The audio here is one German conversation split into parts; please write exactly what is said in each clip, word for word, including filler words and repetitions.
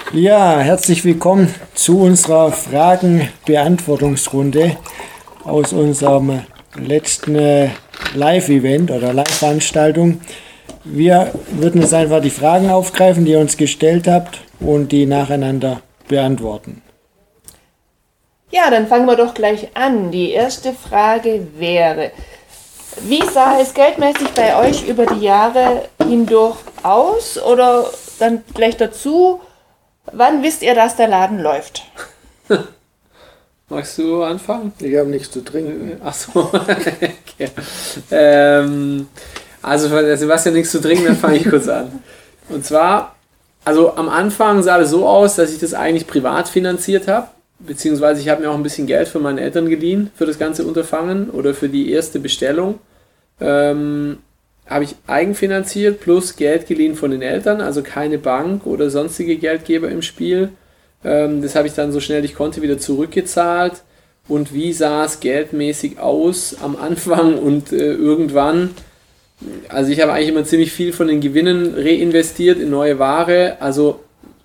Ja, herzlich willkommen zu unserer Fragen-Beantwortungsrunde aus unserem letzten äh, Live-Event oder Live-Veranstaltung. Wir würden jetzt einfach die Fragen aufgreifen, die ihr uns gestellt habt und die nacheinander beantworten. Ja, dann fangen wir doch gleich an. Die erste Frage wäre, wie sah es geldmäßig bei euch über die Jahre hindurch aus? Oder dann gleich dazu, wann wisst ihr, dass der Laden läuft? Magst du anfangen? Ich habe nichts zu trinken. Ach so. Okay. Ähm, also, weil der Sebastian nichts zu trinken, dann fange ich kurz an. Und zwar, also am Anfang sah es so aus, dass ich das eigentlich privat finanziert habe. Beziehungsweise ich habe mir auch ein bisschen Geld von meinen Eltern geliehen für das ganze Unterfangen oder für die erste Bestellung. Ähm, habe ich eigenfinanziert plus Geld geliehen von den Eltern, also keine Bank oder sonstige Geldgeber im Spiel. Ähm, das habe ich dann so schnell ich konnte wieder zurückgezahlt. Und wie sah es geldmäßig aus am Anfang und äh, irgendwann? Also ich habe eigentlich immer ziemlich viel von den Gewinnen reinvestiert in neue Ware. Also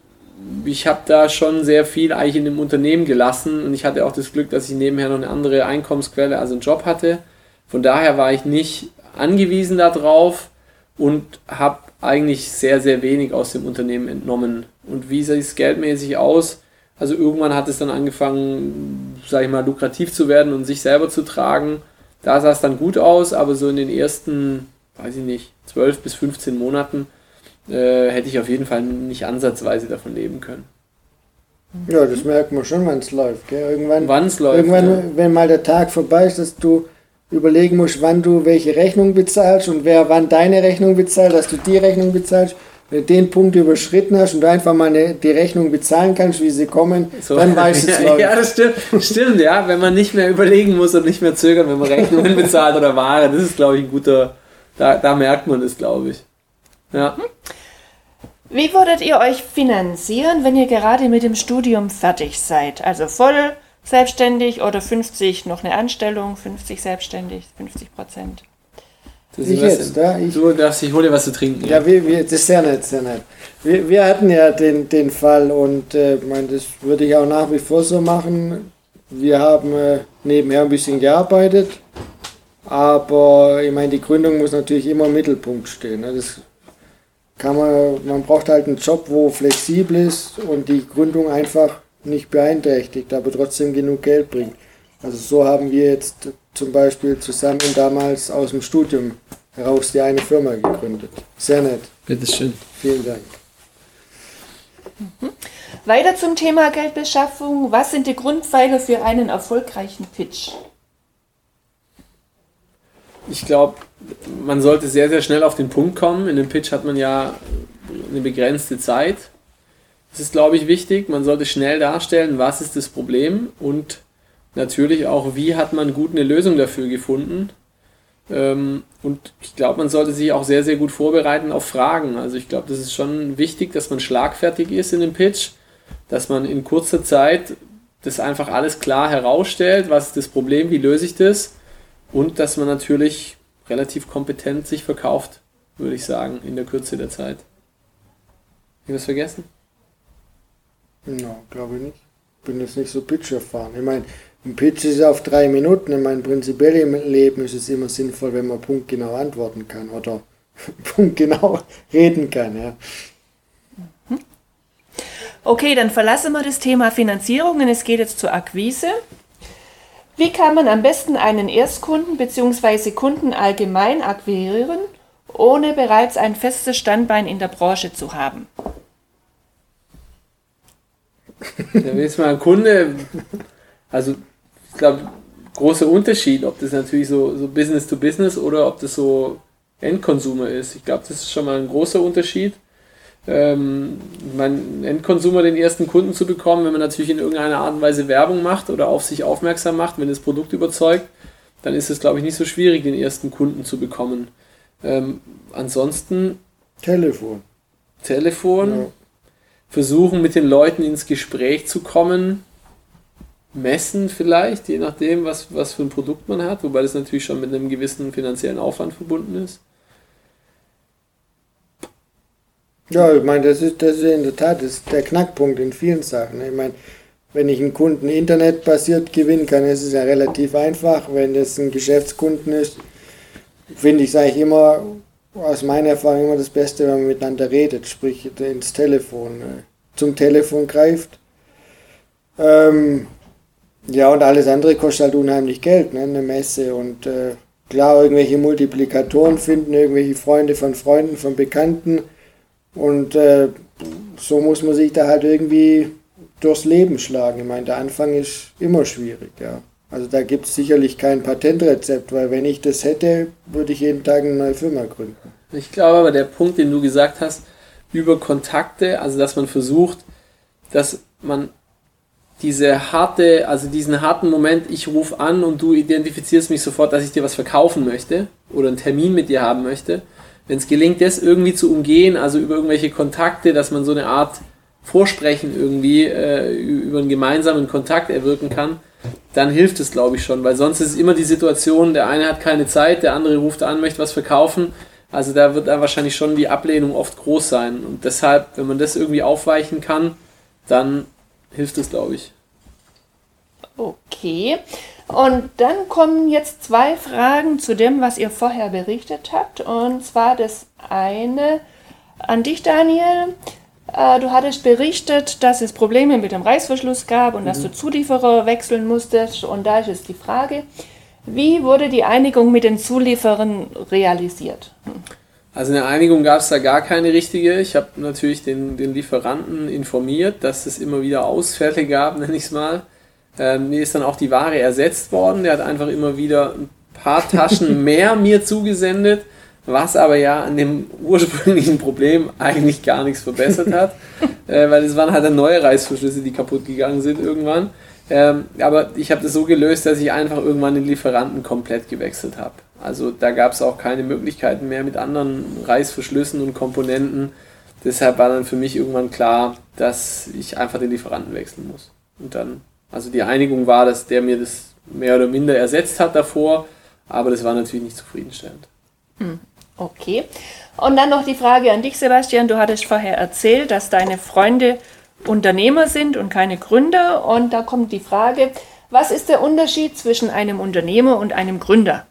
ich habe da schon sehr viel eigentlich in dem Unternehmen gelassen und ich hatte auch das Glück, dass ich nebenher noch eine andere Einkommensquelle, also einen Job hatte. Von daher war ich nicht angewiesen darauf und habe eigentlich sehr, sehr wenig aus dem Unternehmen entnommen. Und wie sieht es geldmäßig aus? Also irgendwann hat es dann angefangen, sage ich mal, lukrativ zu werden und sich selber zu tragen. Da sah es dann gut aus, aber so in den ersten, weiß ich nicht, zwölf bis fünfzehn Monaten Äh, hätte ich auf jeden Fall nicht ansatzweise davon leben können. Ja, das merkt man schon, wenn es läuft. Gell? Irgendwann, Wann's läuft, irgendwann ja. wenn mal der Tag vorbei ist, dass du überlegen musst, wann du welche Rechnung bezahlst und wer wann deine Rechnung bezahlt, dass du die Rechnung bezahlst. Wenn du den Punkt überschritten hast und du einfach mal eine, die Rechnung bezahlen kannst, wie sie kommen, so. Dann weißt du es läuft. Ja, das stimmt, stimmt, ja. Wenn man nicht mehr überlegen muss und nicht mehr zögern, wenn man Rechnungen bezahlt oder Ware, das ist, glaube ich, ein guter, da, da merkt man es, glaube ich. Ja. Wie würdet ihr euch finanzieren, wenn ihr gerade mit dem Studium fertig seid? Also voll selbstständig oder fünfzig noch eine Anstellung, fünfzig selbstständig, fünfzig Prozent? Das Ich jetzt, ja, ich, du darfst, ich hole dir was zu trinken. Ja, wir, wir, das ist sehr nett, sehr nett. Wir, wir hatten ja den, den Fall und äh, mein, das würde ich auch nach wie vor so machen. Wir haben äh, nebenher ein bisschen gearbeitet, aber ich meine, die Gründung muss natürlich immer im Mittelpunkt stehen. Ne? Das kann man, man braucht halt einen Job, wo flexibel ist und die Gründung einfach nicht beeinträchtigt, aber trotzdem genug Geld bringt. Also so haben wir jetzt zum Beispiel zusammen damals aus dem Studium heraus die eine Firma gegründet. Sehr nett. Bitteschön. Vielen Dank. Mhm. Weiter zum Thema Geldbeschaffung. Was sind die Grundpfeiler für einen erfolgreichen Pitch? Ich glaube, man sollte sehr, sehr schnell auf den Punkt kommen. In dem Pitch hat man ja eine begrenzte Zeit. Das ist, glaube ich, wichtig. Man sollte schnell darstellen, was ist das Problem und natürlich auch, wie hat man gut eine Lösung dafür gefunden. Und ich glaube, man sollte sich auch sehr, sehr gut vorbereiten auf Fragen. Also ich glaube, das ist schon wichtig, dass man schlagfertig ist in dem Pitch, dass man in kurzer Zeit das einfach alles klar herausstellt, was ist das Problem, wie löse ich das. Und dass man natürlich relativ kompetent sich verkauft, würde ich sagen, in der Kürze der Zeit. Habe ich was vergessen? No, glaube ich nicht. Ich bin jetzt nicht so pitch-erfahren. Ich meine, ein Pitch ist auf drei Minuten. Ich meine, prinzipiell im Leben ist es immer sinnvoll, wenn man punktgenau antworten kann oder punktgenau reden kann. Ja. Okay, dann verlassen wir das Thema Finanzierung und es geht jetzt zur Akquise. Wie kann man am besten einen Erstkunden bzw. Kunden allgemein akquirieren, ohne bereits ein festes Standbein in der Branche zu haben? Da ist mal ein Kunde, also ich glaube, großer Unterschied, ob das natürlich so, so Business to Business oder ob das so Endconsumer ist. Ich glaube, das ist schon mal ein großer Unterschied. Ähm, mein Endconsumer den ersten Kunden zu bekommen, wenn man natürlich in irgendeiner Art und Weise Werbung macht oder auf sich aufmerksam macht, wenn das Produkt überzeugt, dann ist es, glaube ich, nicht so schwierig, den ersten Kunden zu bekommen. Ähm, ansonsten Telefon. Telefon, Ja. Versuchen mit den Leuten ins Gespräch zu kommen, messen vielleicht, je nachdem, was, was für ein Produkt man hat, wobei das natürlich schon mit einem gewissen finanziellen Aufwand verbunden ist. Ja, ich meine, das ist, das ist in der Tat das ist der Knackpunkt in vielen Sachen. Ich meine, wenn ich einen Kunden internetbasiert gewinnen kann, ist es ja relativ einfach. Wenn das ein Geschäftskunden ist, finde ich es eigentlich immer, aus meiner Erfahrung immer das Beste, wenn man miteinander redet, sprich ins Telefon, zum Telefon greift. Ähm, ja, und alles andere kostet halt unheimlich Geld, ne, eine Messe. Und äh, klar, irgendwelche Multiplikatoren finden, irgendwelche Freunde von Freunden, von Bekannten. Und äh, so muss man sich da halt irgendwie durchs Leben schlagen. Ich meine, der Anfang ist immer schwierig, ja. Also da gibt es sicherlich kein Patentrezept, weil wenn ich das hätte, würde ich jeden Tag eine neue Firma gründen. Ich glaube aber, der Punkt, den du gesagt hast, über Kontakte, also dass man versucht, dass man diese harte, also diesen harten Moment, ich rufe an und du identifizierst mich sofort, dass ich dir was verkaufen möchte oder einen Termin mit dir haben möchte. Wenn es gelingt, das irgendwie zu umgehen, also über irgendwelche Kontakte, dass man so eine Art Vorsprechen irgendwie äh, über einen gemeinsamen Kontakt erwirken kann, dann hilft es, glaube ich, schon, weil sonst ist es immer die Situation, der eine hat keine Zeit, der andere ruft an, möchte was verkaufen, also da wird dann wahrscheinlich schon die Ablehnung oft groß sein und deshalb, wenn man das irgendwie aufweichen kann, dann hilft es, glaube ich. Okay, und dann kommen jetzt zwei Fragen zu dem, was ihr vorher berichtet habt, und zwar das eine an dich, Daniel. Du hattest berichtet, dass es Probleme mit dem Reißverschluss gab und mhm. dass du Zulieferer wechseln musstest. Und da ist jetzt die Frage, wie wurde die Einigung mit den Zulieferern realisiert? Also eine Einigung gab es da gar keine richtige. Ich habe natürlich den, den Lieferanten informiert, dass es immer wieder Ausfälle gab, nenne ich es mal. Ähm, mir ist dann auch die Ware ersetzt worden. Der hat einfach immer wieder ein paar Taschen mehr mir zugesendet, was aber ja an dem ursprünglichen Problem eigentlich gar nichts verbessert hat, äh, weil es waren halt dann neue Reißverschlüsse, die kaputt gegangen sind irgendwann. Ähm, aber ich habe das so gelöst, dass ich einfach irgendwann den Lieferanten komplett gewechselt habe. Also da gab es auch keine Möglichkeiten mehr mit anderen Reißverschlüssen und Komponenten. Deshalb war dann für mich irgendwann klar, dass ich einfach den Lieferanten wechseln muss. Und dann, also die Einigung war, dass der mir das mehr oder minder ersetzt hat davor, aber das war natürlich nicht zufriedenstellend. Okay. Und dann noch die Frage an dich, Sebastian. Du hattest vorher erzählt, dass deine Freunde Unternehmer sind und keine Gründer. Und da kommt die Frage, was ist der Unterschied zwischen einem Unternehmer und einem Gründer?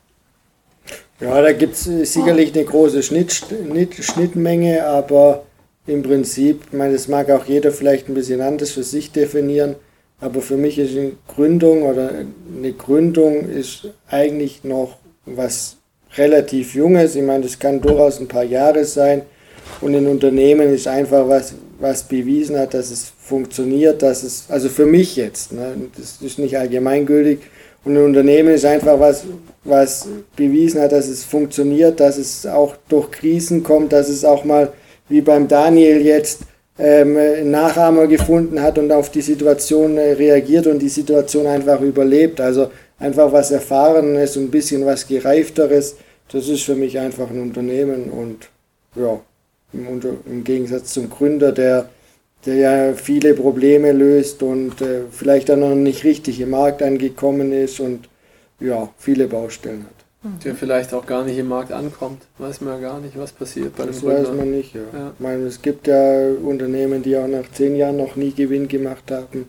Ja, da gibt es sicherlich eine große Schnitt, Schnittmenge, aber im Prinzip, ich meine, das mag auch jeder vielleicht ein bisschen anders für sich definieren, aber für mich ist eine Gründung oder eine Gründung ist eigentlich noch was relativ Junges. Ich meine, das kann durchaus ein paar Jahre sein und ein Unternehmen ist einfach was, was bewiesen hat, dass es funktioniert, dass es, also für mich jetzt, ne, das ist nicht allgemeingültig, und ein Unternehmen ist einfach was, was bewiesen hat, dass es funktioniert, dass es auch durch Krisen kommt, dass es auch mal, wie beim Daniel jetzt, ähm, einen Nachahmer gefunden hat und auf die Situation äh, reagiert und die Situation einfach überlebt. Also einfach was Erfahrenes und ein bisschen was Gereifteres, das ist für mich einfach ein Unternehmen und ja, im, Unter im Gegensatz zum Gründer, der, der ja viele Probleme löst und äh, vielleicht auch noch nicht richtig im Markt angekommen ist und ja, viele Baustellen hat. Der vielleicht auch gar nicht im Markt ankommt, weiß man ja gar nicht, was passiert bei dem Das Gründer. weiß man nicht, ja. Ja. Ich meine, es gibt ja Unternehmen, die auch nach zehn Jahren noch nie Gewinn gemacht haben.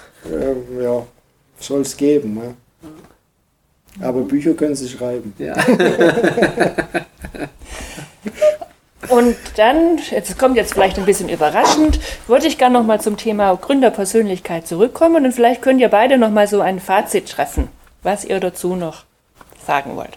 Äh, ja, soll es geben. Ja. Aber Bücher können sie schreiben. Ja. Und dann, jetzt kommt jetzt vielleicht ein bisschen überraschend, würde ich gerne nochmal zum Thema Gründerpersönlichkeit zurückkommen und vielleicht könnt ihr beide nochmal so ein Fazit treffen, was ihr dazu noch sagen wollt.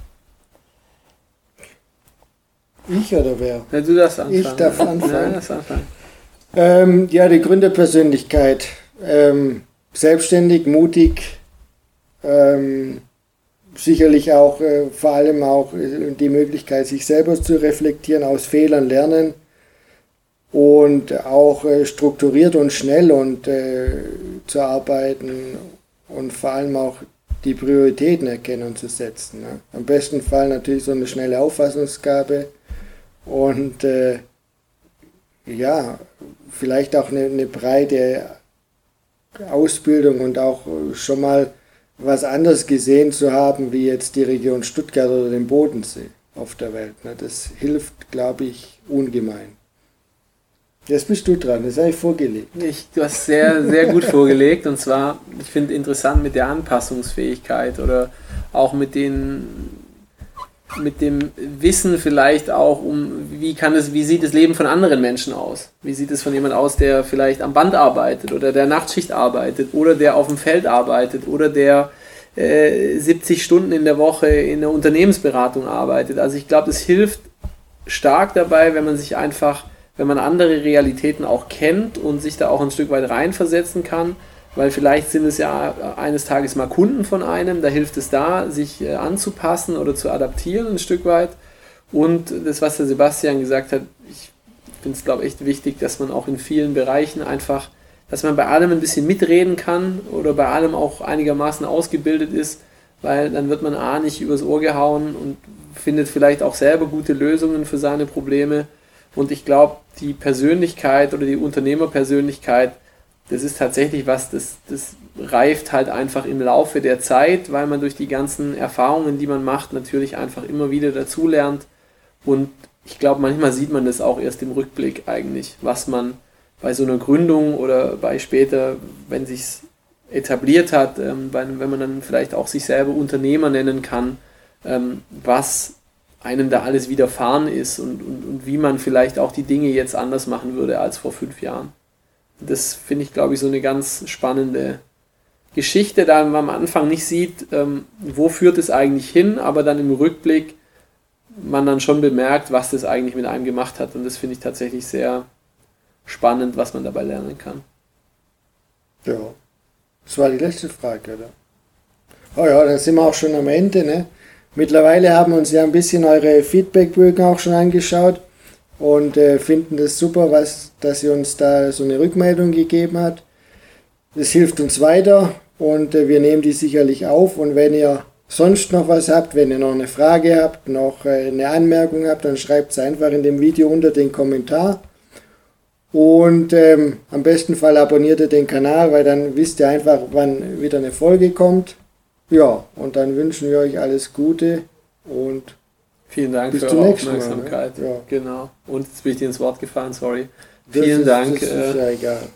Ich oder wer? Ja, du darfst anfangen. Ich darf anfangen. Ja, darfst anfangen. Ähm, ja, die Gründerpersönlichkeit. Ähm, selbstständig, mutig, ähm, sicherlich auch, äh, vor allem auch äh, die Möglichkeit, sich selber zu reflektieren, aus Fehlern lernen und auch äh, strukturiert und schnell und äh, zu arbeiten und vor allem auch die Prioritäten erkennen und zu setzen. Ne? Am besten Fall natürlich so eine schnelle Auffassungsgabe und äh, ja, vielleicht auch eine, eine breite Ausbildung und auch schon mal was anderes gesehen zu haben, wie jetzt die Region Stuttgart oder den Bodensee auf der Welt. Ne? Das hilft, glaube ich, ungemein. Jetzt bist du dran, das habe ich vorgelegt. Ich, du hast sehr, sehr gut vorgelegt und zwar, ich finde interessant mit der Anpassungsfähigkeit oder auch mit den, mit dem Wissen vielleicht auch um, wie kann es, wie sieht das Leben von anderen Menschen aus? Wie sieht es von jemand aus, der vielleicht am Band arbeitet oder der Nachtschicht arbeitet oder der auf dem Feld arbeitet oder der äh, siebzig Stunden in der Woche in der Unternehmensberatung arbeitet? Also ich glaube, es hilft stark dabei, wenn man sich einfach wenn man andere Realitäten auch kennt und sich da auch ein Stück weit reinversetzen kann, weil vielleicht sind es ja eines Tages mal Kunden von einem, da hilft es da, sich äh, anzupassen oder zu adaptieren ein Stück weit. Und das, was der Sebastian gesagt hat, ich finde es, glaube ich, echt wichtig, dass man auch in vielen Bereichen einfach, dass man bei allem ein bisschen mitreden kann oder bei allem auch einigermaßen ausgebildet ist, weil dann wird man A nicht übers Ohr gehauen und findet vielleicht auch selber gute Lösungen für seine Probleme. Und ich glaube, die Persönlichkeit oder die Unternehmerpersönlichkeit, das ist tatsächlich was, das, das reift halt einfach im Laufe der Zeit, weil man durch die ganzen Erfahrungen, die man macht, natürlich einfach immer wieder dazulernt. Und ich glaube, manchmal sieht man das auch erst im Rückblick eigentlich, was man bei so einer Gründung oder bei später, wenn sich's etabliert hat, ähm, wenn man dann vielleicht auch sich selber Unternehmer nennen kann, ähm, was einem da alles widerfahren ist und, und, und wie man vielleicht auch die Dinge jetzt anders machen würde als vor fünf Jahren. Das finde ich, glaube ich, so eine ganz spannende Geschichte, da man am Anfang nicht sieht, ähm, wo führt es eigentlich hin, aber dann im Rückblick man dann schon bemerkt, was das eigentlich mit einem gemacht hat. Und das finde ich tatsächlich sehr spannend, was man dabei lernen kann. Ja, das war die letzte Frage, oder? Oh ja, dann sind wir auch schon am Ende, ne? Mittlerweile haben wir uns ja ein bisschen eure Feedbackbögen auch schon angeschaut und äh, finden das super, was, dass ihr uns da so eine Rückmeldung gegeben habt. Das hilft uns weiter und äh, wir nehmen die sicherlich auf. Und wenn ihr sonst noch was habt, wenn ihr noch eine Frage habt, noch äh, eine Anmerkung habt, dann schreibt es einfach in dem Video unter den Kommentar. Und ähm, am besten Fall abonniert ihr den Kanal, weil dann wisst ihr einfach, wann wieder eine Folge kommt. Ja, und dann wünschen wir euch alles Gute und vielen Dank bis für zum eure nächsten Mal, Aufmerksamkeit. ne? Ja. Genau. Und jetzt bin ich dir ins Wort gefallen, sorry. Das Vielen ist, Dank. Das ist ja egal.